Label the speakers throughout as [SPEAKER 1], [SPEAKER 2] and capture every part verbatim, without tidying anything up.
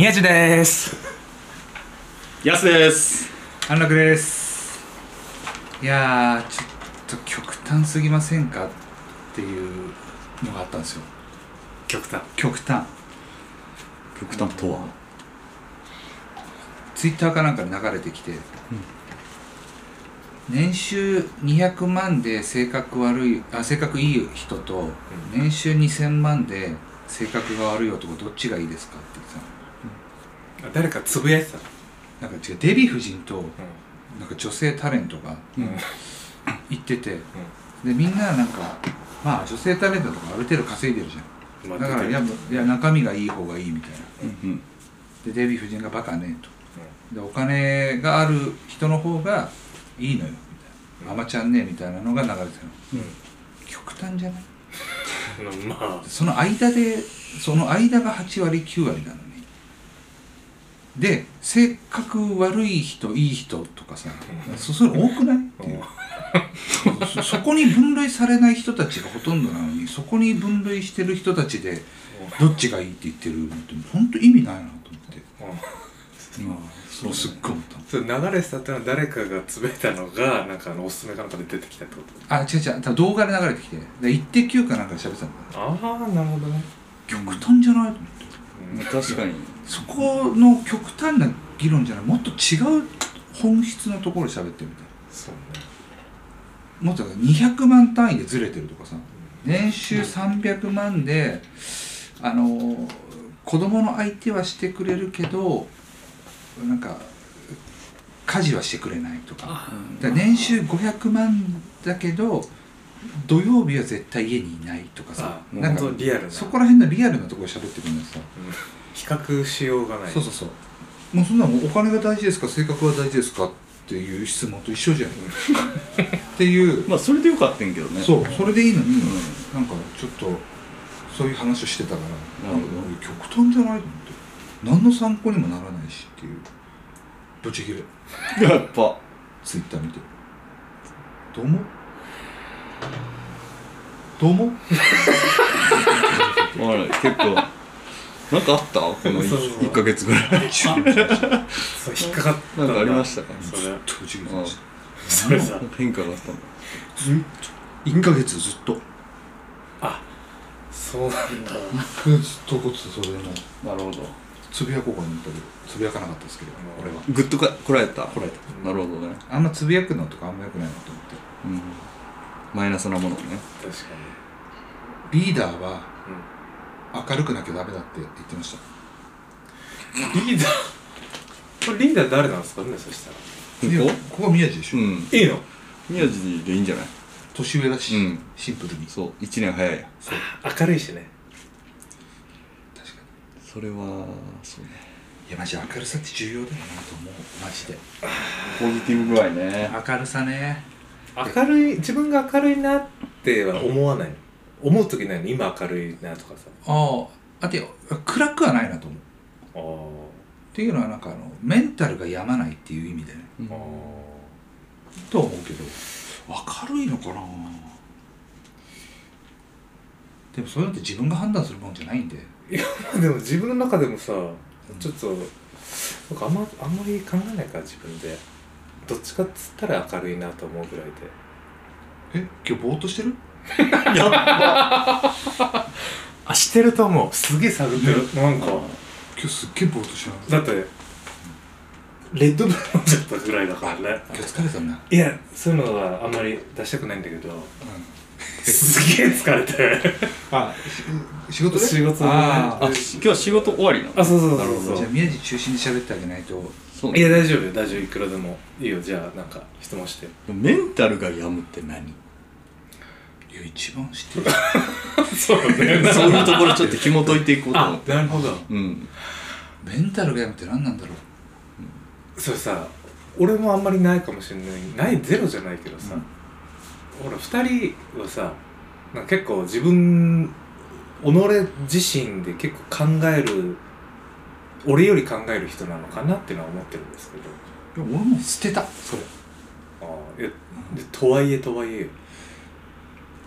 [SPEAKER 1] 宮地です。
[SPEAKER 2] やすです。
[SPEAKER 3] 安楽です。いやー、ちょっと極端すぎませんかっていうのがあったんですよ。
[SPEAKER 1] 極端
[SPEAKER 3] 極端
[SPEAKER 2] 極端とは、
[SPEAKER 3] ツイッターかなんかで流れてきて、うん、年収にひゃくまんで性格悪いあ性格いい人と、うん、年収にせんまんで性格が悪い男どっちがいいですかって言ってたの、
[SPEAKER 1] うん、誰かつぶやいてたの。
[SPEAKER 3] なんか違う、デヴィ夫人と、うん、なんか女性タレントが、うん、言ってて、うん、でみんななんかまあ女性タレントとかある程度稼いでるじゃん、まあ、だからいや、いや中身がいい方がいいみたいな、うん、でデヴィ夫人がバカねと、うん、でお金がある人の方がいいのよみたいな、うん、アマちゃんねみたいなのが流れてるの、うん、極端じゃない
[SPEAKER 1] まあ、
[SPEAKER 3] その間でその間がはちわりきゅうわりなのに、で性格悪い人いい人とかさ、そそれ多くないっていうそ, そこに分類されない人たちがほとんどなのに、そこに分類してる人たちでどっちがいいって言ってるのって本当意味ないなと思って、今そうすっごい思ったの。
[SPEAKER 1] それ流れてたってのは誰かがつぶやいたのがなんかあのおすすめかなんかで出てきたってこと？
[SPEAKER 3] あ、違う違う、動画で流れてきて、でイッテ Q かなんかで喋ってたんだよ。
[SPEAKER 1] ああ、なるほどね。
[SPEAKER 3] 極端じゃないと思って、
[SPEAKER 2] うん、確かに
[SPEAKER 3] そこの極端な議論じゃない、もっと違う本質のところで喋ってるみたいな。
[SPEAKER 1] そうね。
[SPEAKER 3] もっとにひゃくまん単位でずれてるとかさ、年収さんびゃくまんであの子供の相手はしてくれるけどなんか家事はしてくれないとか、だから年収ごひゃくまんだけど土曜日は絶対家にいないとかさ、
[SPEAKER 1] なんかリアルな
[SPEAKER 3] そこら辺のリアルなところで喋ってくるんですさ、
[SPEAKER 1] うん、比較しようがない。
[SPEAKER 3] そうそうそう、もうそんなもんお金が大事ですか性格は大事ですかっていう質問と一緒じゃんっていう
[SPEAKER 2] まあそれでよかったんけどね。
[SPEAKER 3] そう、それでいいのに、うん、なんかちょっとそういう話をしてたから、なるほど極端じゃないと思って、何の参考にもならないしっていう、ブチギレ
[SPEAKER 2] やっぱ
[SPEAKER 3] ツイッター見てどう思うどう思う
[SPEAKER 2] 結構なんかあったこのいっかげつぐらい
[SPEAKER 1] そう引っかかった
[SPEAKER 2] なんかありましたか？
[SPEAKER 3] それずっとブチギレました。
[SPEAKER 2] それさ変化があったの
[SPEAKER 3] ずっといっかげつずっと、
[SPEAKER 1] あ、そうなんだ。
[SPEAKER 3] いっかげつずっと怒ってた。それでも
[SPEAKER 2] なるほど、
[SPEAKER 3] つぶやこうかなと思ったけどつぶやかなかったですけど、俺は
[SPEAKER 2] グッとかこらえた
[SPEAKER 3] こらえた、
[SPEAKER 2] うん、なるほどね。
[SPEAKER 3] あんまつぶやくのとかあんまよくないなと思って、
[SPEAKER 2] うん、マイナスなものね。
[SPEAKER 1] 確か
[SPEAKER 3] にリーダーは明るくなきゃダメだって言ってました。
[SPEAKER 1] リーダーこれリーダー誰なんですかね。そしたら
[SPEAKER 3] ここここ宮地でしょ、うん、
[SPEAKER 1] いいの
[SPEAKER 2] 宮地でいいんじゃない？
[SPEAKER 3] 年上だし、うん、シンプルに
[SPEAKER 2] そういちねん早いや。
[SPEAKER 1] そう明るいしね。
[SPEAKER 3] 確かに
[SPEAKER 2] それはそうね。
[SPEAKER 3] いやマジ明るさって重要だよなと思う。マジで
[SPEAKER 2] ポジティブ具合ね。
[SPEAKER 3] 明るさね。
[SPEAKER 1] 明るい自分が明るいなっては思わないの？思う時ないの？今明るいなとかさ。
[SPEAKER 3] ああ、あと暗くはないなと思う。ああ。っていうのはなんかあのメンタルが病まないっていう意味でね。うん、ああ。とは思うけど明るいのかな。でもそういうのって自分が判断するもんじゃないんで。
[SPEAKER 1] いやでも自分の中でもさ、ちょっとなんかあんまあんまり考えないから自分で。どっちかっつったら明るいなと思うぐらいで。
[SPEAKER 3] え、今日ぼーっとしてる？
[SPEAKER 1] やっぱあ、してると思う。すげえ探ってる、ね、なんか
[SPEAKER 3] 今日すっげえぼーっとしてる。
[SPEAKER 1] だってレッドブル飲んじゃったぐらいだからね。
[SPEAKER 3] 今日疲れたんだ。
[SPEAKER 1] いや、そういうのはあんまり出したくないんだけど、うん、すげえ疲れて
[SPEAKER 3] あ、仕事で？
[SPEAKER 1] 仕事で、ね、
[SPEAKER 2] ああ、今日は仕事終わりなの？
[SPEAKER 1] あ、そうそうそうそう。
[SPEAKER 3] じゃあ宮地中心で喋ってあげないと。
[SPEAKER 1] そうね、いや大丈夫大丈夫、いくらでもいいよ。じゃあなんか質問して。
[SPEAKER 2] メンタルが病むって何？
[SPEAKER 3] いや一番知ってる
[SPEAKER 1] そうね
[SPEAKER 2] そういうところちょっと紐解いていこうと思って。
[SPEAKER 1] なるほど、
[SPEAKER 2] うん、
[SPEAKER 3] メンタルが病むって何なんだろう、
[SPEAKER 1] うん、それさ俺もあんまりないかもしれないないゼロじゃないけどさ、うん、ほらふたりはさなんか結構自分己自身で結構考える俺より考える人なのかなっていうのは思ってるんですけど。
[SPEAKER 3] いや俺も捨てたそれ。
[SPEAKER 1] ああ、いやでとはいえとはいえよ。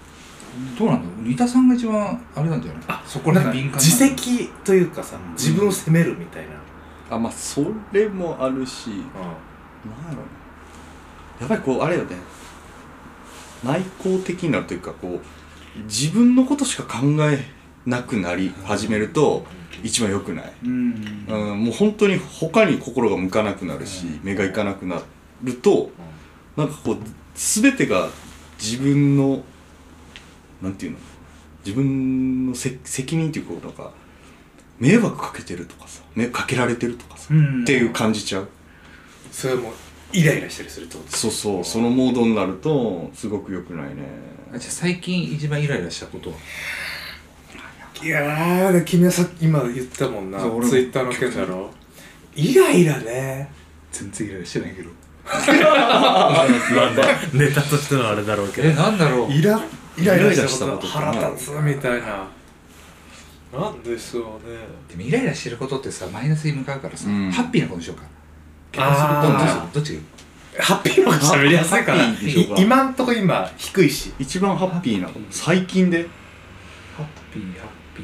[SPEAKER 3] どうなんだろう、三田さんが一番あれなんじゃない？
[SPEAKER 1] あ
[SPEAKER 3] そこら
[SPEAKER 1] なんか
[SPEAKER 3] 辺敏感
[SPEAKER 1] 自責というかさ、自分を責めるみたいな、
[SPEAKER 2] あまあそれもあるし、
[SPEAKER 1] うん
[SPEAKER 2] なんやろうね、やっぱりこうあれよね、内向的になるというか、こう自分のことしか考えなくなり始めると一番良くない、
[SPEAKER 3] うん
[SPEAKER 2] うん、もう本当に他に心が向かなくなるし、目がいかなくなると、なんかこう全てが自分のなんていうの、自分のせ責任っていうか、なんか迷惑かけてるとかさ、迷惑かけられてるとかさ、
[SPEAKER 3] うん
[SPEAKER 2] っていう感じちゃう。
[SPEAKER 1] それはもうイライラしたりするってこと？
[SPEAKER 2] そうそう、そのモードになるとすごく良くないね。
[SPEAKER 3] あ、じゃあ最近一番イライラしたことは？
[SPEAKER 1] いやー君はさ今言ったもんな、
[SPEAKER 3] そう俺も
[SPEAKER 1] ツイッターの件だろ。イライラね。
[SPEAKER 3] 全然イライラしてないけど。
[SPEAKER 1] なんだネタとしてのあれだろうけど、
[SPEAKER 3] え、なんだろう。
[SPEAKER 1] イライライラした
[SPEAKER 2] した
[SPEAKER 1] こ
[SPEAKER 2] こととかな
[SPEAKER 1] 腹立つみたいな。なんでしょうね。
[SPEAKER 3] でもイライラしてることってさ、マイナスに向かうからさ、
[SPEAKER 2] うん
[SPEAKER 3] ハッピーなことにしようか。
[SPEAKER 1] あー
[SPEAKER 3] どっちするどっちがいい？
[SPEAKER 1] ハッピーの方が喋りやすいから。
[SPEAKER 2] ハッピーでしょうか
[SPEAKER 1] い今んとこ今低いし。
[SPEAKER 2] 一番ハッピーなこと最近で
[SPEAKER 3] ハッピー、ハッピー。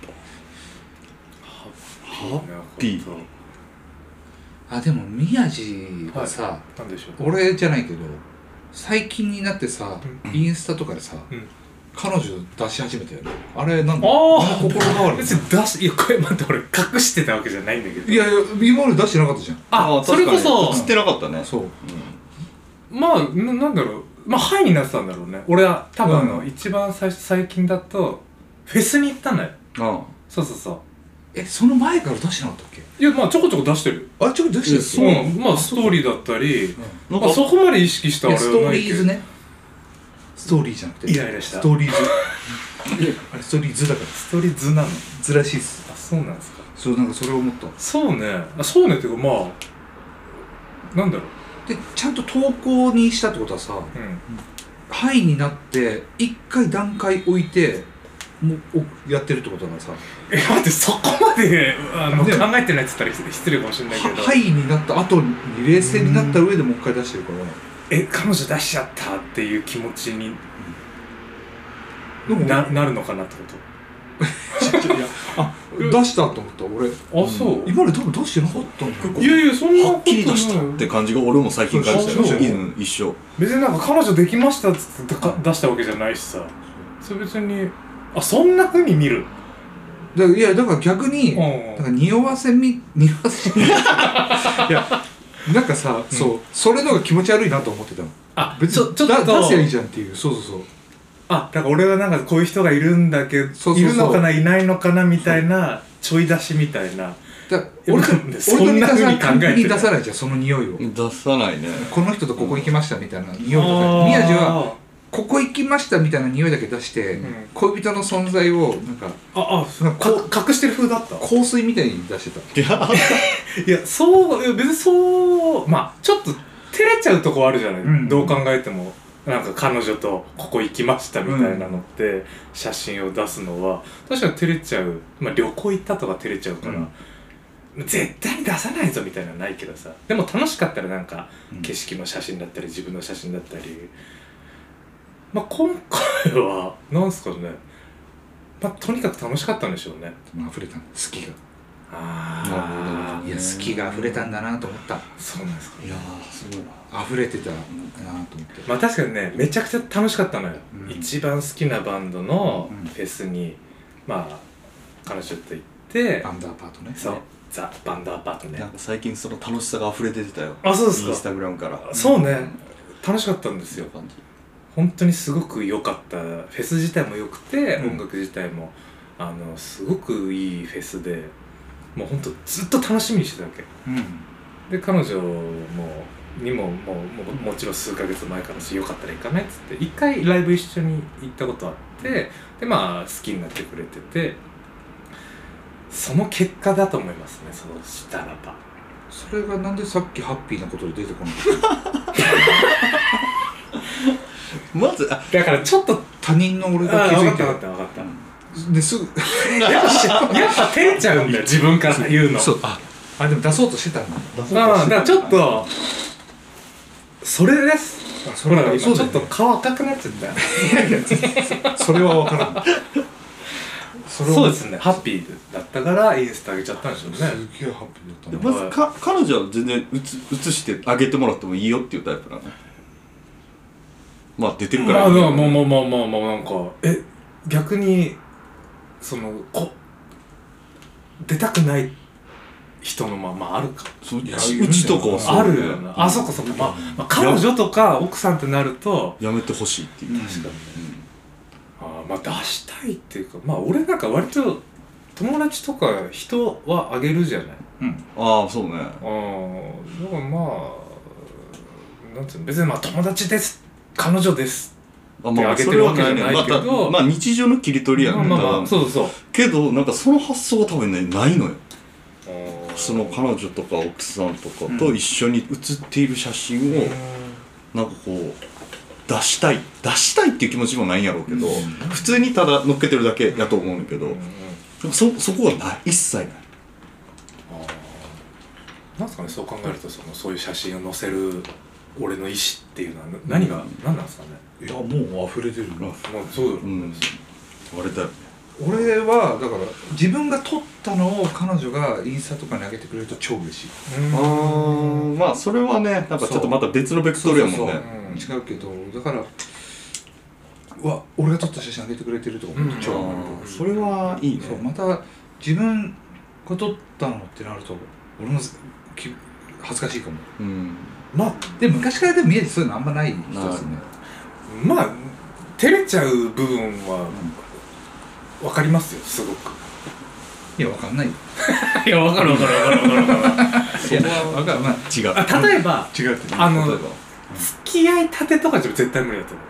[SPEAKER 2] ハッピー
[SPEAKER 3] あ、でも宮地がさ、
[SPEAKER 1] なんでしょう。
[SPEAKER 3] 俺じゃないけど、最近になってさ、
[SPEAKER 1] うん
[SPEAKER 3] インスタとかでさ、
[SPEAKER 1] うん
[SPEAKER 3] 彼女出し始めたよね。あれなんだ？
[SPEAKER 1] あ
[SPEAKER 3] あの心変わり。
[SPEAKER 1] 別に出しいやこれ待って俺隠してたわけじゃないんだけど。
[SPEAKER 3] いやいや、今まで出してなかったじゃん。
[SPEAKER 1] あそれこそ
[SPEAKER 2] 映ってなかったね。
[SPEAKER 3] そう。
[SPEAKER 1] まあななんだろう、まあハイになってたんだろうね。俺は多分あの、
[SPEAKER 3] うん
[SPEAKER 1] 一番最最近だとフェスに行ったのよ。
[SPEAKER 2] あ
[SPEAKER 1] そうそうそう。
[SPEAKER 3] え、その前から出してなかったっけ？
[SPEAKER 1] いやまあちょこちょこ出してる。
[SPEAKER 3] あ、ちょっと出してる。
[SPEAKER 1] そう、うん、まあストーリーだったり、
[SPEAKER 2] なんか
[SPEAKER 1] まあ、そこまで意識した
[SPEAKER 3] い
[SPEAKER 1] あれは
[SPEAKER 3] やストー
[SPEAKER 1] ないけど。
[SPEAKER 3] リーズね。ストーリーじゃなくて。
[SPEAKER 1] イライラした
[SPEAKER 3] ストーリーズ。あれストーリーズだから。
[SPEAKER 1] ストーリー図なの。
[SPEAKER 3] ずらしいっす。
[SPEAKER 1] あそうなんですか。
[SPEAKER 3] そう、なんかそれを思った。
[SPEAKER 1] そうね。あそうねっていうかまあなんだろう。
[SPEAKER 3] で、ちゃんと投稿にしたってことはさ、
[SPEAKER 1] うん。
[SPEAKER 3] ハイになって一回段階置いてもうおやってるってことだからさ、
[SPEAKER 1] え待ってそこまであの、
[SPEAKER 3] ね
[SPEAKER 1] 考えてないって言ったら失礼かもしれないけど。
[SPEAKER 3] ハイになった後に冷静になった上でもう一回出してるから、
[SPEAKER 1] え彼女出しちゃったっていう気持ちに
[SPEAKER 3] でも
[SPEAKER 1] ななるのかなってこ
[SPEAKER 3] いやあ出したと思った俺。
[SPEAKER 1] と。あそう。
[SPEAKER 3] 今まで多分出してなかったんだよ。
[SPEAKER 1] いやいやそんなこと
[SPEAKER 2] はっきり出したって感じが俺も最近感じたよ。
[SPEAKER 1] そうそう
[SPEAKER 2] うん一緒。
[SPEAKER 1] 別になんか彼女できましたっつってか出したわけじゃないしさ、それ別にあそんな風に見る。
[SPEAKER 3] だいやだから逆に、
[SPEAKER 1] うん
[SPEAKER 3] なんか匂わせみ匂わせみいやなんかさ、
[SPEAKER 1] うん
[SPEAKER 3] そうそれのが気持ち悪いなと思ってたの。
[SPEAKER 1] あ
[SPEAKER 3] 別に
[SPEAKER 1] ちょちょっと
[SPEAKER 3] だ出せばいいじゃんっていう。そうそうそう。
[SPEAKER 1] あだから俺はなんかこういう人がいるんだけど
[SPEAKER 3] そうそうそう
[SPEAKER 1] いるのかないないのかなみたいなちょい出しみたいな。
[SPEAKER 3] だ俺と
[SPEAKER 1] いやそ
[SPEAKER 3] 俺と三田
[SPEAKER 1] んな風に
[SPEAKER 3] さん完璧に
[SPEAKER 1] 考えてない
[SPEAKER 3] 出さないじゃんその匂いを。
[SPEAKER 2] 出さないね。
[SPEAKER 3] この人とここ行きましたみたいな匂いとか、
[SPEAKER 1] あー
[SPEAKER 3] 宮地はここ行きましたみたいな匂いだけ出して、
[SPEAKER 1] うん
[SPEAKER 3] 恋人の存在をなんか
[SPEAKER 1] ああ
[SPEAKER 3] なんかこ
[SPEAKER 1] か隠してる風だった。
[SPEAKER 3] 香水みたいに出してた。
[SPEAKER 2] いや
[SPEAKER 1] いやそういや別にそうまあちょっと照れちゃうとこあるじゃない、
[SPEAKER 3] うん
[SPEAKER 1] どう考えても。なんか彼女とここ行きましたみたいなのって写真を出すのは確かに照れちゃう、まあ、旅行行ったとか照れちゃうから、絶対に出さないぞみたいなのはないけどさ、でも楽しかったらなんか
[SPEAKER 3] うん
[SPEAKER 1] 景色の写真だったり自分の写真だったり、まあ今回はなんすかね、まあとにかく楽しかったんでしょうね。
[SPEAKER 3] 溢れたの好きが。
[SPEAKER 1] ああ
[SPEAKER 3] いや好きが溢れたんだなと思った。
[SPEAKER 1] そうなんですか。
[SPEAKER 2] いやーすごいな。
[SPEAKER 3] 溢れてたなと思って。
[SPEAKER 1] まあ確かにねめちゃくちゃ楽しかったのよ、
[SPEAKER 3] うん
[SPEAKER 1] 一番好きなバンドの
[SPEAKER 3] うん
[SPEAKER 1] フェスに、まあ彼女と行って
[SPEAKER 3] バンダーパートね。
[SPEAKER 1] そうザ・バンドアパートね。
[SPEAKER 2] なんか最近その楽しさが溢れ出てたよ。
[SPEAKER 1] あそうですか
[SPEAKER 2] インスタグラムから。
[SPEAKER 1] そうね楽しかったんですよ。
[SPEAKER 2] 感じ。
[SPEAKER 1] 本当にすごく良かった。フェス自体も良くて、
[SPEAKER 3] うん
[SPEAKER 1] 音楽自体もあのすごくいいフェスでもう本当ずっと楽しみにしてたわけ
[SPEAKER 3] うん。
[SPEAKER 1] で彼女もにももうもうもちろん数ヶ月前からしよかったら行かないっつって一回ライブ一緒に行ったことあってでまあ好きになってくれててその結果だと思いますね。そうしたらば
[SPEAKER 3] それがなんでさっきハッピーなことで出てこなかった
[SPEAKER 2] まずあ
[SPEAKER 1] だからちょっと
[SPEAKER 3] 他人の俺
[SPEAKER 1] あ
[SPEAKER 3] が気づいて
[SPEAKER 1] 分かった分かった分かった
[SPEAKER 3] ですぐ
[SPEAKER 1] やっぱやっぱ照れちゃうんだよ自分から言うの。
[SPEAKER 3] そうああでも出そうとしてたんだ。
[SPEAKER 1] ああだからちょっとそれです
[SPEAKER 3] それは
[SPEAKER 1] 今ちょっと顔赤くなっちゃったよ
[SPEAKER 3] それは分からんそれは
[SPEAKER 1] そうですね、ハッピーだったからインスタ上げちゃったんでしょうね。
[SPEAKER 3] すげえハッピーだったな。
[SPEAKER 2] まずか彼女は全然写してあげてもらってもいいよっていうタイプなの。まあ出てるから
[SPEAKER 1] まあまあまあまあまあまあまあなんかえ逆にそのこ出たくない人のまあまああるか。
[SPEAKER 2] そう
[SPEAKER 3] いや
[SPEAKER 2] うちとかはそう
[SPEAKER 1] あるよな。あ、そっかそっか。まあ、まあ、彼女とか奥さんってなると
[SPEAKER 2] やめてほしいっていう。
[SPEAKER 3] 確かに
[SPEAKER 1] あまあ出したいっていうか、まあ俺なんか割と友達とか人はあげるじゃない。
[SPEAKER 3] うん
[SPEAKER 2] ああそうね。
[SPEAKER 1] ああだからまあなんていうの別にまあ友達です彼女です
[SPEAKER 2] あまあ
[SPEAKER 1] ってあげてるわけじゃないけど
[SPEAKER 2] それはねまあ、まあ日常の切り取りやねん、
[SPEAKER 1] まあまあまあ
[SPEAKER 2] ただ
[SPEAKER 1] そうそう
[SPEAKER 2] けどなんかその発想が多分ねないのよ。
[SPEAKER 1] そう
[SPEAKER 2] その彼女とか奥さんとかと一緒に写っている写真をなんかこう出したい出したいっていう気持ちもないんやろうけど、普通にただ乗っけてるだけやと思うんだけど、そそこはない一切ない。
[SPEAKER 1] なんですかねそう考えるとそのそういう写真を載せる俺の意思っていうのは何が、うん、何なんですかね。
[SPEAKER 3] いやもう溢れてるな。
[SPEAKER 1] まあそうだろうね、
[SPEAKER 2] うん、あれだよね。
[SPEAKER 3] 俺はだから自分が撮ったのを彼女がインスタとかに上げてくれると超嬉しい。
[SPEAKER 2] あーまあそれはねなんかちょっとまた別のベクトルやもんね。
[SPEAKER 3] そうそうそう違うけどだからうわ俺が撮った写真上げてくれてるとか思うと超上がる、
[SPEAKER 2] うん、それはいいね。
[SPEAKER 3] そうまた自分が撮ったのってなると俺もき恥ずかしいかも、
[SPEAKER 2] うん、
[SPEAKER 3] まあで昔からでも見えてそういうのあんまない人ですね。
[SPEAKER 1] まあ照れちゃう部分は分かりますよすごく。
[SPEAKER 3] いや分かんないよ
[SPEAKER 1] いや分かる分かる分かる分かる分かる
[SPEAKER 3] いや分かるまあ
[SPEAKER 2] 違う
[SPEAKER 1] あ例えば
[SPEAKER 3] 違うって
[SPEAKER 1] あの
[SPEAKER 2] 例えば
[SPEAKER 1] 付き合いたてとかじゃ絶対無理だと思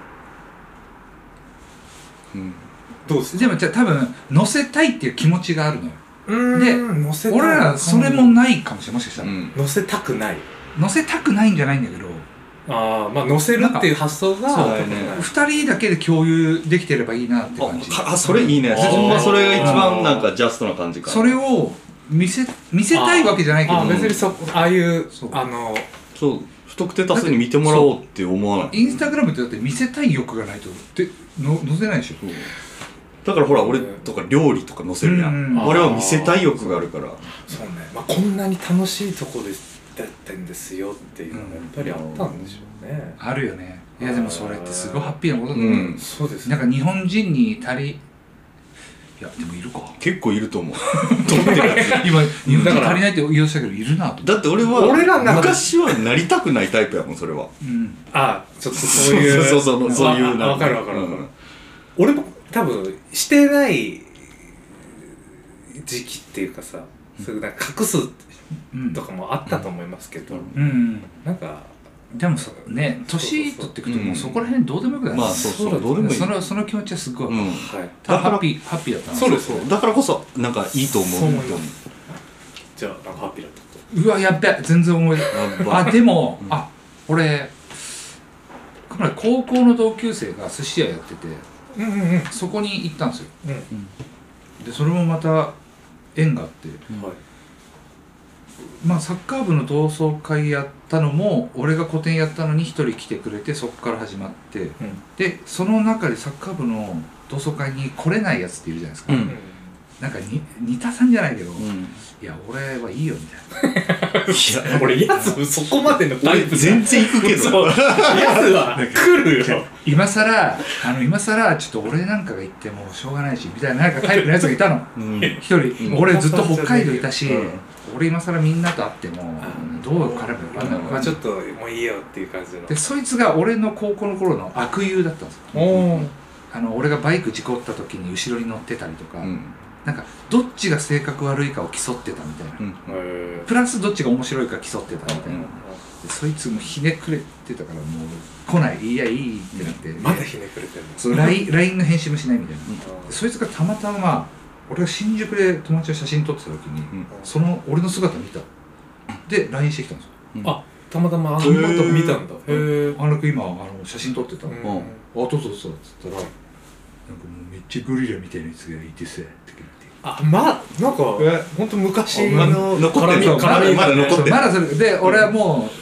[SPEAKER 1] う。
[SPEAKER 2] うん、
[SPEAKER 1] どうですか。
[SPEAKER 3] でもじゃあ多分載せたいっていう気持ちがあるのよ。
[SPEAKER 1] う
[SPEAKER 3] で
[SPEAKER 1] 載せたい
[SPEAKER 3] 俺らそれもないかもしれないもしかしたら、
[SPEAKER 2] うん、
[SPEAKER 1] 載せたくない。
[SPEAKER 3] 載せたくないんじゃないんだけど
[SPEAKER 1] ああまあ載せるっていう発想が
[SPEAKER 2] そうだよね
[SPEAKER 3] ふたりだけで共有できてればいいなって感じ。
[SPEAKER 2] あそれいいね。ほんまそれが一番なんかジャストな感じか。
[SPEAKER 3] それを見せ見せたいわけじゃないけど
[SPEAKER 1] あ別にそああいう
[SPEAKER 3] そう
[SPEAKER 1] あの
[SPEAKER 2] そう不特定多数に見てもらおうって思わない。
[SPEAKER 3] インスタグラムってだって見せたい欲がないとでの載せないでしょ。
[SPEAKER 2] だからほら俺とか料理とか載せるやん、
[SPEAKER 3] うん
[SPEAKER 2] 俺は見せたい欲があるから。
[SPEAKER 1] そうね、まあ、こんなに楽しいとこでだったんですよっていうのがやっぱりあったんでしょうね。
[SPEAKER 3] あるよね。いやでもそれってすごいハッピーなことだと思う、
[SPEAKER 2] うん
[SPEAKER 1] そうですね。
[SPEAKER 3] なんか日本人に足りいやでもいるか
[SPEAKER 2] 結構いると思う撮ってるや
[SPEAKER 3] 今日本
[SPEAKER 1] だから
[SPEAKER 3] 人足りないって言いましたけどいるなと思って。
[SPEAKER 2] つだって俺は
[SPEAKER 1] 俺らの中で
[SPEAKER 2] 昔はなりたくないタイプやもんそれは。
[SPEAKER 3] うん
[SPEAKER 1] あちょっとそういう
[SPEAKER 2] そうそうそうそういう
[SPEAKER 1] あ分かる分かる分かる、
[SPEAKER 2] うん、
[SPEAKER 1] 俺も多分してない時期っていうかさ、そういうなんか隠す
[SPEAKER 3] うん
[SPEAKER 1] とかもあったと思いますけど、
[SPEAKER 2] うん
[SPEAKER 3] うん
[SPEAKER 1] なんか
[SPEAKER 3] でもそね年取ってくともうそこら辺どうでもよくなる。
[SPEAKER 2] まあそうそう
[SPEAKER 1] そうだ
[SPEAKER 2] どうでもいい。
[SPEAKER 3] そのその気持ちはすごい、
[SPEAKER 2] うん、
[SPEAKER 1] はい
[SPEAKER 3] ただハッピーハッピーだったな。
[SPEAKER 1] そうです
[SPEAKER 2] そうだからこそなんかいいと思う。
[SPEAKER 1] そう思います。じゃあなんかハッピーだったと。
[SPEAKER 3] うわやっべ全然思い出
[SPEAKER 2] やっぱ
[SPEAKER 3] あでも、
[SPEAKER 2] うん
[SPEAKER 3] あ俺この前高校の同級生が寿司屋やってて
[SPEAKER 1] うんうんうん
[SPEAKER 3] そこに行ったんですよ。
[SPEAKER 1] うん
[SPEAKER 3] でそれもまた縁があって、
[SPEAKER 1] はい
[SPEAKER 3] まあサッカー部の同窓会やったのも俺が個展やったのに一人来てくれてそこから始まって、
[SPEAKER 1] うん
[SPEAKER 3] でその中でサッカー部の同窓会に来れないやつっているじゃないですか、
[SPEAKER 2] うん
[SPEAKER 3] なんかに似たさんじゃないけど、
[SPEAKER 2] うん
[SPEAKER 3] いや俺はいいよみたいな。
[SPEAKER 2] いや
[SPEAKER 1] 俺やつそこまでのタイプ
[SPEAKER 2] 全然行くけど
[SPEAKER 1] そうやつは来るよ。
[SPEAKER 3] 今さらあの今さらちょっと俺なんかが行ってもしょうがないしみたいななんかタイプのやつがいたの
[SPEAKER 2] うん
[SPEAKER 3] 一人、
[SPEAKER 2] うん
[SPEAKER 3] 俺ずっと北海道いたし、
[SPEAKER 2] うん
[SPEAKER 3] 俺今さらみんなと会っても
[SPEAKER 1] ん
[SPEAKER 3] どう絡めばいいのか
[SPEAKER 1] まあちょっともういいよっていう感じの。
[SPEAKER 3] でそいつが俺の高校の頃の悪友だったんですよ。
[SPEAKER 1] おー
[SPEAKER 3] あの俺がバイク事故った時に後ろに乗ってたりとか、
[SPEAKER 2] うん
[SPEAKER 3] なんかどっちが性格悪いかを競ってたみたいな、
[SPEAKER 2] うん
[SPEAKER 1] へ
[SPEAKER 3] プラスどっちが面白いか競ってたみたいな、
[SPEAKER 2] うん
[SPEAKER 3] でそいつもひねくれてたからもう来ないいやいいってなって、
[SPEAKER 1] ーまだひねくれてるの。
[SPEAKER 3] そう ライン, ラインの返信もしないみたいな、
[SPEAKER 1] うん
[SPEAKER 3] そいつがたまたま俺が新宿で友達の写真撮ってた時に、
[SPEAKER 2] うん
[SPEAKER 3] その俺の姿見たで ライン してきたんですよ。
[SPEAKER 1] あたまたまあ
[SPEAKER 2] へー
[SPEAKER 1] また見たんだ。へえ。
[SPEAKER 3] あの子今あの写真撮ってたの、
[SPEAKER 1] うん
[SPEAKER 3] あどうぞどうぞっつったらなんかもうめっちゃゴリラみたいなやつがいてさって言って
[SPEAKER 1] あまあなんか
[SPEAKER 3] え
[SPEAKER 1] 本当昔
[SPEAKER 2] あ
[SPEAKER 1] の
[SPEAKER 2] 残ってる
[SPEAKER 1] 絡み
[SPEAKER 2] まだ
[SPEAKER 1] 絡み
[SPEAKER 2] まだ残ってる
[SPEAKER 3] そうまだそれで俺はもう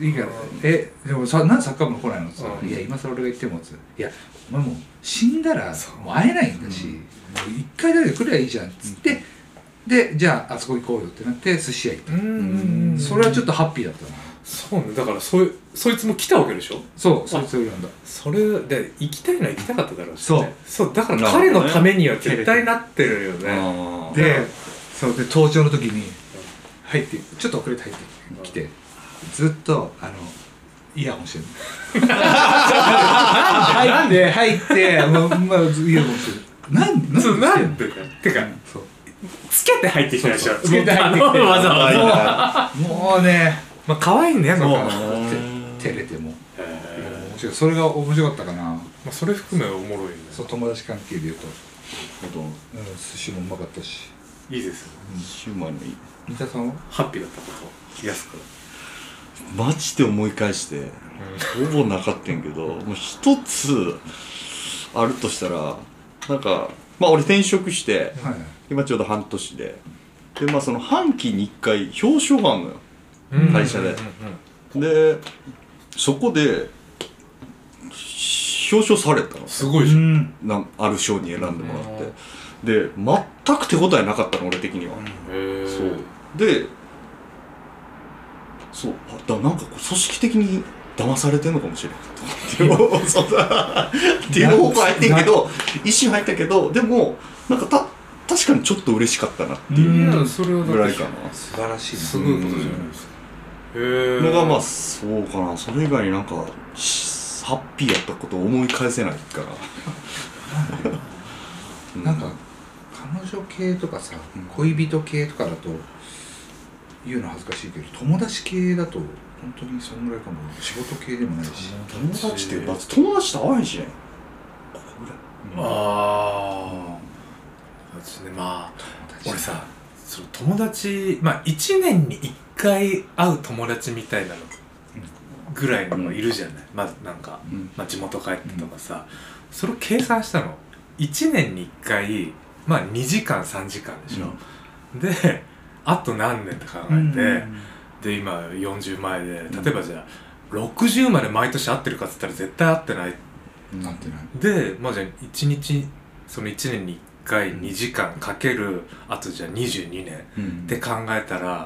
[SPEAKER 3] いいからえでもさなんでサッカー部来ないのってさ、
[SPEAKER 1] うん、
[SPEAKER 3] いや今更俺が言ってもついやお前もう死んだらもう会えないんだし、うん、もう一回だけ来りゃいいじゃんっつって、うん、でじゃああそこ行こうよってなって寿司屋行った。うんそれはちょっとハッピーだったな。
[SPEAKER 1] そうね、だからそいそいつも来たわけでしょ。
[SPEAKER 3] そうそいつを呼んだ。
[SPEAKER 1] それで行きたいのは行きたかっただろうし、
[SPEAKER 3] ね、
[SPEAKER 1] そうそうだから彼のためには絶対なってるよね。
[SPEAKER 3] でそうで登場の時に入ってちょっと遅れて入ってきてずっとあのイヤホンしてる入って入ってもうまあイヤホンしてるなん
[SPEAKER 1] なんなんでてかそうつけて入ってきたでしょ。つけて入ってきてわざわ
[SPEAKER 3] ざもうね
[SPEAKER 1] まあ可愛いねもう
[SPEAKER 3] 照れてもそれが面白かったかな。
[SPEAKER 1] まあそれ含めおもろいよね。
[SPEAKER 3] そう友達関係で言うと寿司もうまかったし
[SPEAKER 1] いいですよ。
[SPEAKER 2] 寿司うまいのいい。
[SPEAKER 3] 三田さんは
[SPEAKER 1] ハッピーだったこと安く
[SPEAKER 2] マジで思い返して、うん、ほぼなかったんやけどもう一つあるとしたらなんかまあ俺転職して、はい、今ちょうど半年ででまあその半期にいっかい表彰があるのよ、うん、会社で、うんうんうん、でそこで表彰されたの。
[SPEAKER 1] すごいじゃん。
[SPEAKER 2] なある賞に選んでもらってで全く手応えなかったの俺的には、うん、へそうでそうだなんかこう組織的に騙されてんのかもしれないっていうそうだっていう方向入ってんけど一瞬入ったけどでもなんかた確かにちょっと嬉しかったなっていうぐらいかな。
[SPEAKER 3] 素晴らしい
[SPEAKER 1] すごいことじゃないですか。
[SPEAKER 2] へーのがまあそうかな。それ以外になんかハッピーやったことを思い返せないから
[SPEAKER 3] なんか彼女系とかさ、うん、恋人系とかだと言うの恥ずかしいけど友達系だと本当にそんぐらいかも。仕事系でもないし
[SPEAKER 2] 友達ってまず友達と会わへんしねここぐらい、
[SPEAKER 1] うん、ああ私ねまあ俺さその友達まあいちねんにいっかい会う友達みたいなのぐらいのもいるじゃない、うん、まずなんか、うんまあ、地元帰ってとかさ、うん、それを計算したのいちねんにいっかいまあにじかんさんじかんでしょ、うん、であと何年って考えて、うん、で今よんじゅう前で例えばじゃあろくじゅうまで毎年会ってるかっつったら絶対会ってない、
[SPEAKER 3] うん、会ってない
[SPEAKER 1] でまあじゃあいちにちそのいちねんにいっかいにじかんかけるあとじゃあにじゅうにねんって考えたら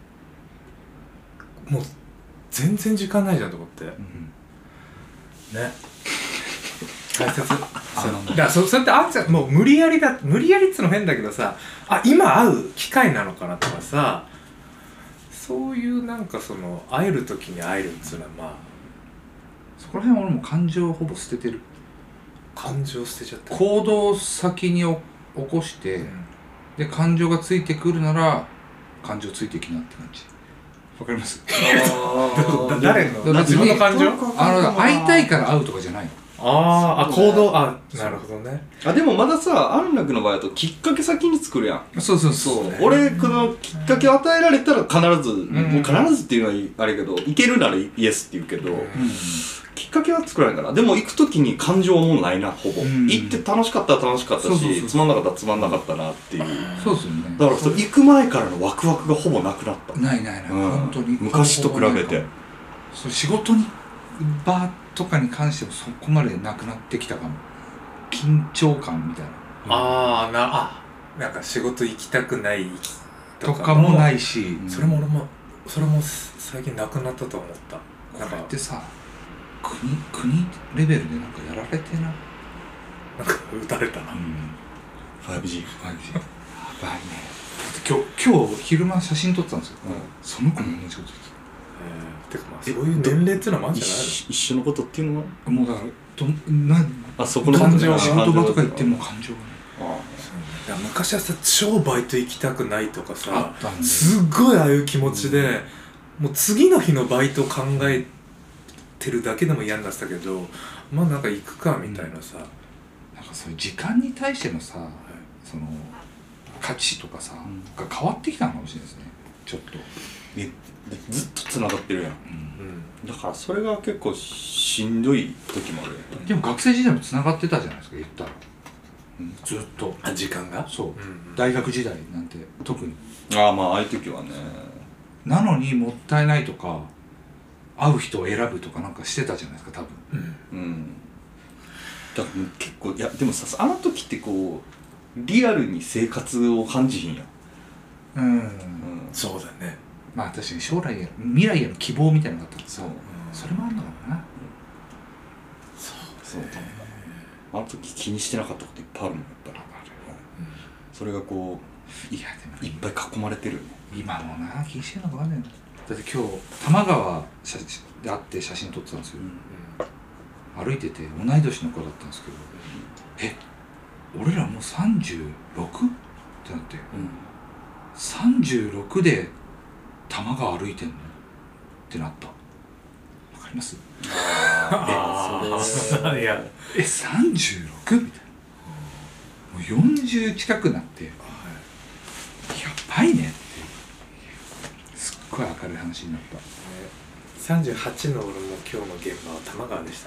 [SPEAKER 1] もう全然時間ないじゃんと思って、うん、ね大切あのだからそそうやってあんちゃんもう無理やりだ無理やりっつうの変だけどさあ今会う機会なのかなとかさそういうなんかその会える時に会えるっつうのはまあ
[SPEAKER 3] そこら辺は俺も感情をほぼ捨ててる。
[SPEAKER 1] 感情捨てちゃった
[SPEAKER 3] 行動を先に起こして、うん、で感情がついてくるなら感情ついてきなって感じ。わかります？
[SPEAKER 1] あ誰の自分の感情？
[SPEAKER 3] あの会いたいから会うとかじゃないの。
[SPEAKER 1] ああ行動あなるほどね。
[SPEAKER 2] あでもまださ安楽の場合だときっかけ先に作るやん。
[SPEAKER 3] そうそうそう。
[SPEAKER 2] 俺このきっかけを与えられたら必ず、うん、もう必ずっていうのはあれけどいけるならイエスって言うけど、うん、きっかけは作らないから。でも行く時に感情はもうないなほぼ、うん、行って楽しかったら楽しかったしそうそうそうつまんなかったらつまんなかったなっていう。
[SPEAKER 3] そうですよね。
[SPEAKER 2] だからそ行く前からのワクワクがほぼなくなった。
[SPEAKER 3] ないないない、うん、本当に
[SPEAKER 2] 昔と比べて
[SPEAKER 3] そう仕事に場とかに関してもそこまでなくなってきたかも。緊張感みたいな、
[SPEAKER 1] うん、あーなあなんか仕事行きたくない
[SPEAKER 3] とかもないし、
[SPEAKER 1] うん、それも俺もそれも最近なくなったと思った。
[SPEAKER 3] なんかこれってさ国国レベルでなんかやられてななん
[SPEAKER 1] か撃たれたな、うん、
[SPEAKER 2] ファイブジー
[SPEAKER 3] ファイブジー やばいね。今日今日昼間写真撮ってたんですよ、うん、その子も同じこと言ってた。
[SPEAKER 1] えー、てかまあそういう年齢っていうのもあるんじゃないの？
[SPEAKER 2] 一緒のことっていうのは
[SPEAKER 3] もうだからとな
[SPEAKER 2] あそこの
[SPEAKER 3] 感情仕事場とか行っても感情がね。
[SPEAKER 1] ああいや昔はさ超バイト行きたくないとかさすっごいああいう気持ちで、うん、もう次の日のバイト考えてるだけでも嫌になってたけどまあなんか行くかみたいなさ、うん、
[SPEAKER 3] なんかそういう時間に対してのさ、はい、その価値とかさ、うん、が変わってきたのかもしれないですねちょっと。
[SPEAKER 2] えずっとつながってるやん、うん、だからそれが結構しんどい時もあるやん。
[SPEAKER 3] でも学生時代もつながってたじゃないですか言ったら、うん、ずっと
[SPEAKER 1] あ時間が
[SPEAKER 3] そう、うんうん、大学時代なんて特に
[SPEAKER 2] ああまあああいう時はね
[SPEAKER 3] なのにもったいないとか会う人を選ぶとかなんかしてたじゃないですか多分。
[SPEAKER 2] うん、うん、だから結構いやでもさあの時ってこうリアルに生活を感じひんやん。
[SPEAKER 3] うん、うん、
[SPEAKER 1] そうだね。
[SPEAKER 3] まあ確かに将来へ未来への希望みたいなのがあったんですよ。
[SPEAKER 2] そう、
[SPEAKER 3] それもあるのかもな、うん、
[SPEAKER 2] そうそうかも。あの時気にしてなかったこといっぱいあるもんやっぱり、うん、それがこういやでもいっぱい囲まれてるよね
[SPEAKER 3] 今もな。気にしてんのかわかんないな。だって今日多摩川写で会って写真撮ってたんですよ、うん、歩いてて同い年の子だったんですけど、うん、え俺らもう さんじゅうろく? ってなって、うん、さんじゅうろくで多摩川歩いてんのってなった。わかります？
[SPEAKER 1] ああそれいや
[SPEAKER 3] え さんじゅうろく? みたいな。もうよんじゅう近くなって、はい、やばいねってすっごい明るい話になった。
[SPEAKER 1] さんじゅうはちの俺も今日の現場は多摩川でした。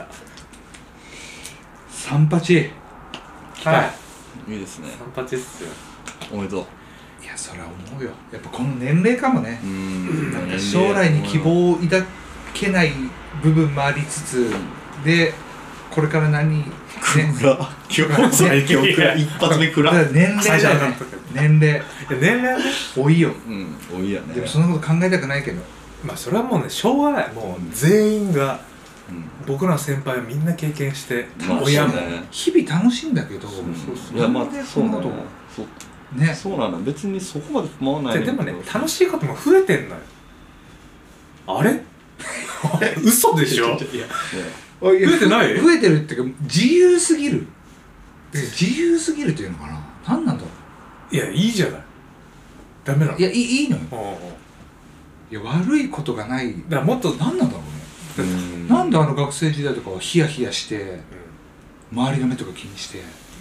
[SPEAKER 3] 三八
[SPEAKER 1] はい
[SPEAKER 2] いいですね。
[SPEAKER 1] 三八っすよ。
[SPEAKER 2] おめでとう。
[SPEAKER 3] いやそれは思うよ。やっぱこの年齢かもね。
[SPEAKER 2] うん
[SPEAKER 3] なんか将来に希望を抱けない部分もありつつでこれから何ね
[SPEAKER 2] 暗今日最強暗一発目暗
[SPEAKER 3] 年齢だよね。年齢
[SPEAKER 1] 年齢はね
[SPEAKER 3] 多いよ。
[SPEAKER 2] うん多いやね。
[SPEAKER 3] でもそんなこと考えたくないけど
[SPEAKER 1] まあそれはもうねしょうがない。もう全員が、うん、僕らの先輩はみんな経験して、
[SPEAKER 2] まあ、
[SPEAKER 1] 親も、
[SPEAKER 2] ね、
[SPEAKER 3] 日々楽しいんだけど、
[SPEAKER 2] そうそうそういやまあそうなのそうねそうなの別にそこまで構わない。
[SPEAKER 1] でもね楽しいことも増えてんのよ。あれ嘘でしょ。いや、ね、
[SPEAKER 3] 増えてない増えてるっていうか自由すぎる。自由すぎるっていうのかな。何なんだろ
[SPEAKER 1] う。いやいいじゃない。ダメなの。
[SPEAKER 3] いやいい、いいのよ。いや悪いことがない。だからもっと何なんだろうね。うんなんであの学生時代とかはヒヤヒヤして、うん、周りの目とか気にして、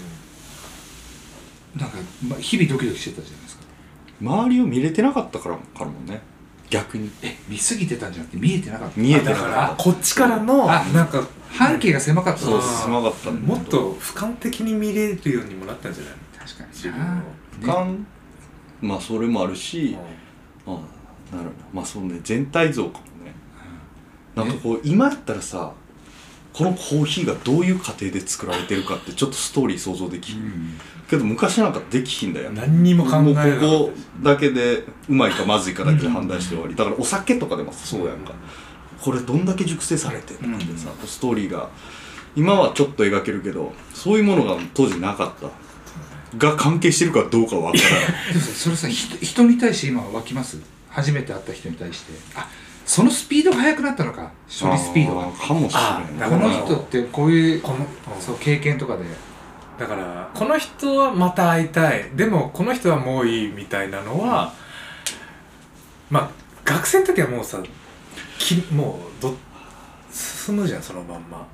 [SPEAKER 3] うん、なんか、ま、日々ドキドキしてたじゃないですか。
[SPEAKER 2] 周りを見れてなかったからからもね。逆に
[SPEAKER 3] え見すぎてたんじゃなくて見えてなかった。
[SPEAKER 2] 見えてなかった。
[SPEAKER 1] からこっちからのなんか
[SPEAKER 3] 半径が狭かった。
[SPEAKER 2] そう狭かったん
[SPEAKER 1] もっと俯瞰的に見れるようにもなったんじゃないの。
[SPEAKER 3] 確かに
[SPEAKER 1] 自分を
[SPEAKER 2] 俯瞰まあそれもあるし、うん、ああなるほどまあそうね全体像かもね、うん、なんかこう今やったらさこのコーヒーがどういう過程で作られてるかってちょっとストーリー想像できる、うん、けど昔なんかできひんだよ。
[SPEAKER 1] 何にも考えなかった。
[SPEAKER 2] もうここだけでうまいかまずいかだけで判断して終わり。だからお酒とかでもそうやんか、これどんだけ熟成されてとかってさ、うん、ストーリーが今はちょっと描けるけどそういうものが当時なかったが関係してるかどうかは分からない
[SPEAKER 3] それさ人に対して今湧きます？初めて会った人に対してあそのスピードが速くなったのか処理スピードが
[SPEAKER 2] かもしれない。
[SPEAKER 3] この人ってこういうこのそう経験とかで
[SPEAKER 1] だからこの人はまた会いたいでもこの人はもういいみたいなのは、うん、まあ学生の時はもうさきもうど進むじゃんそのまんま。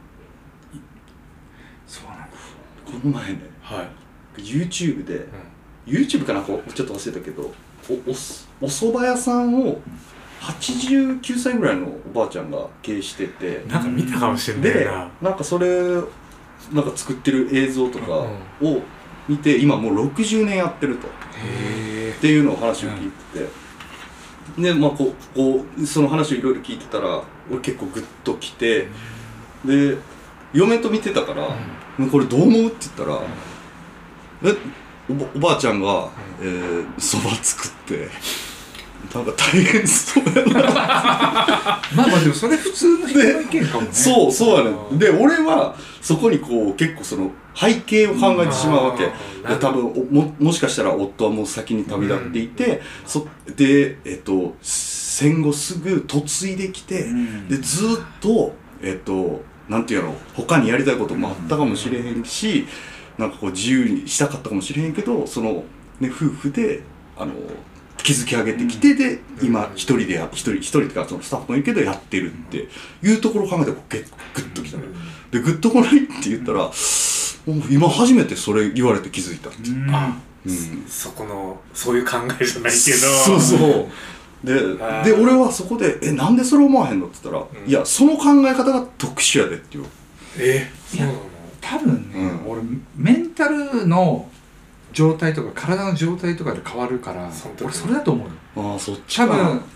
[SPEAKER 3] そうなんだ。
[SPEAKER 2] この前ね、はい、YouTube で、うん、YouTube かなこうちょっと忘れたけどおおお蕎麦屋さんをはちじゅうきゅうさいぐらいのおばあちゃんが経営してて
[SPEAKER 1] なんか見たかもしれないな。
[SPEAKER 2] でなんかそれなんか作ってる映像とかを見て、うん、今もうろくじゅうねんやってるとへっていうのを話を聞いてて、うん、でまあこうこうその話をいろいろ聞いてたら俺結構グッときて、うん、で嫁と見てたから、うん、これどう思うって言ったら、うん、え お, ばおばあちゃんがそば、えー、作ってなんか大変そうやなま
[SPEAKER 3] あまあでもそれ普通の人の意見かもね。
[SPEAKER 2] そうそうやね。で俺はそこにこう結構その背景を考えてしまうわけ。で多分 も, もしかしたら夫はもう先に旅立っていて、うん、そでえっと戦後すぐ嫁いできて、うん、でずっとえっとなんていうの他にやりたいこともあったかもしれへんし、うん、なんかこう自由にしたかったかもしれへんけどそのね夫婦であの築き上げてきてで、うん、今一人でや一人一人ってかそのスタッフもいるけどやってるっていうところを考えてこうグッときたの、うん、でグッとこないって言ったら、うん、今初めてそれ言われて気づいたって、うん
[SPEAKER 1] あ、うん、そこのそういう考えじゃないけど
[SPEAKER 2] そうそうで, で俺はそこで「えなんでそれ思わへんの?」って言ったら「うん、いやその考え方が特殊やで」って言う。
[SPEAKER 3] えー、そうなの多分ね、うん、俺メンタルの状態とか体の状態とかで変わるから俺それだと思うよ。
[SPEAKER 2] ああそっちか。
[SPEAKER 3] 多分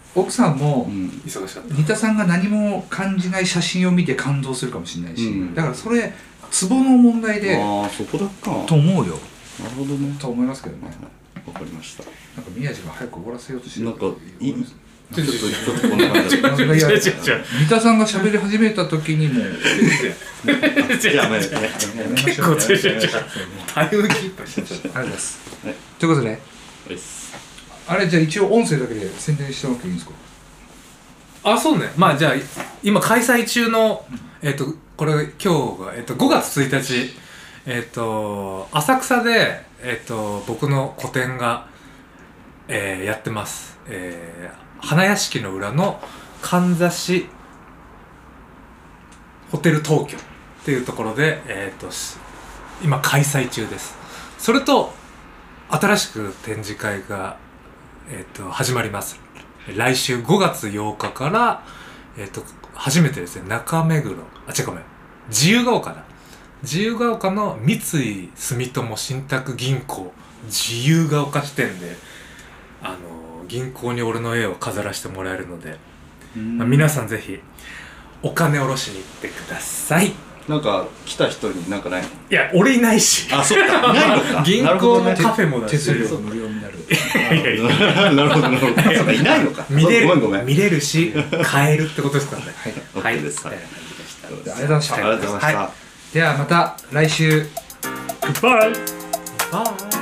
[SPEAKER 3] 奥さんも、
[SPEAKER 2] うん
[SPEAKER 1] 忙しかった
[SPEAKER 3] 新田さんが何も感じない写真を見て感動するかもしれないし、うん、だからそれツボの問題で
[SPEAKER 2] ああそこだっか
[SPEAKER 3] と思うよ。
[SPEAKER 2] なるほどね
[SPEAKER 3] と思いますけどね。
[SPEAKER 2] わかりました。
[SPEAKER 3] なんか宮地が早く終わらせようとしてる。
[SPEAKER 2] なんかいちょっとちょっとこんな感じで
[SPEAKER 3] 三田さんが喋り始めた時にもう
[SPEAKER 2] じゃあね
[SPEAKER 1] 結構違う違う違うタイムキープしてちゃった。
[SPEAKER 3] ありがとうございます。ということであれじゃあ一応音声だけで宣伝しておくといいんですか。
[SPEAKER 1] あそうね。まあじゃあ今開催中のえっとこれ今日がえっとごがつついたちえっと浅草でえっと僕の個展がえやってます。えー花屋敷の裏のかんざしホテル東京っていうところで、えー、と今開催中です。それと新しく展示会が、えー、と始まります。来週ごがつようかから、えー、と初めてですね中目黒あ違うごめん自由が丘だ自由が丘の三井住友信託銀行自由が丘支店であの銀行に俺の絵を飾らせてもらえるので、まあ、皆さんぜひお金下ろしに行ってください。
[SPEAKER 2] なんか来た人になんかないの？
[SPEAKER 1] いや俺いないし。
[SPEAKER 2] あ、そっか。ないのか。
[SPEAKER 1] 銀行もカフェもだし。
[SPEAKER 3] 手数料無料になる。
[SPEAKER 1] いやいや
[SPEAKER 2] なるほどなるほど。そうかいないのか。
[SPEAKER 1] 見れる
[SPEAKER 2] ごめんごめん
[SPEAKER 1] 見れるし買えるってことですからね。
[SPEAKER 2] はい。はいです。
[SPEAKER 3] ありがとうございました。
[SPEAKER 2] ありがとうございました。
[SPEAKER 3] ではまた来週。
[SPEAKER 1] グッバイ。バイ。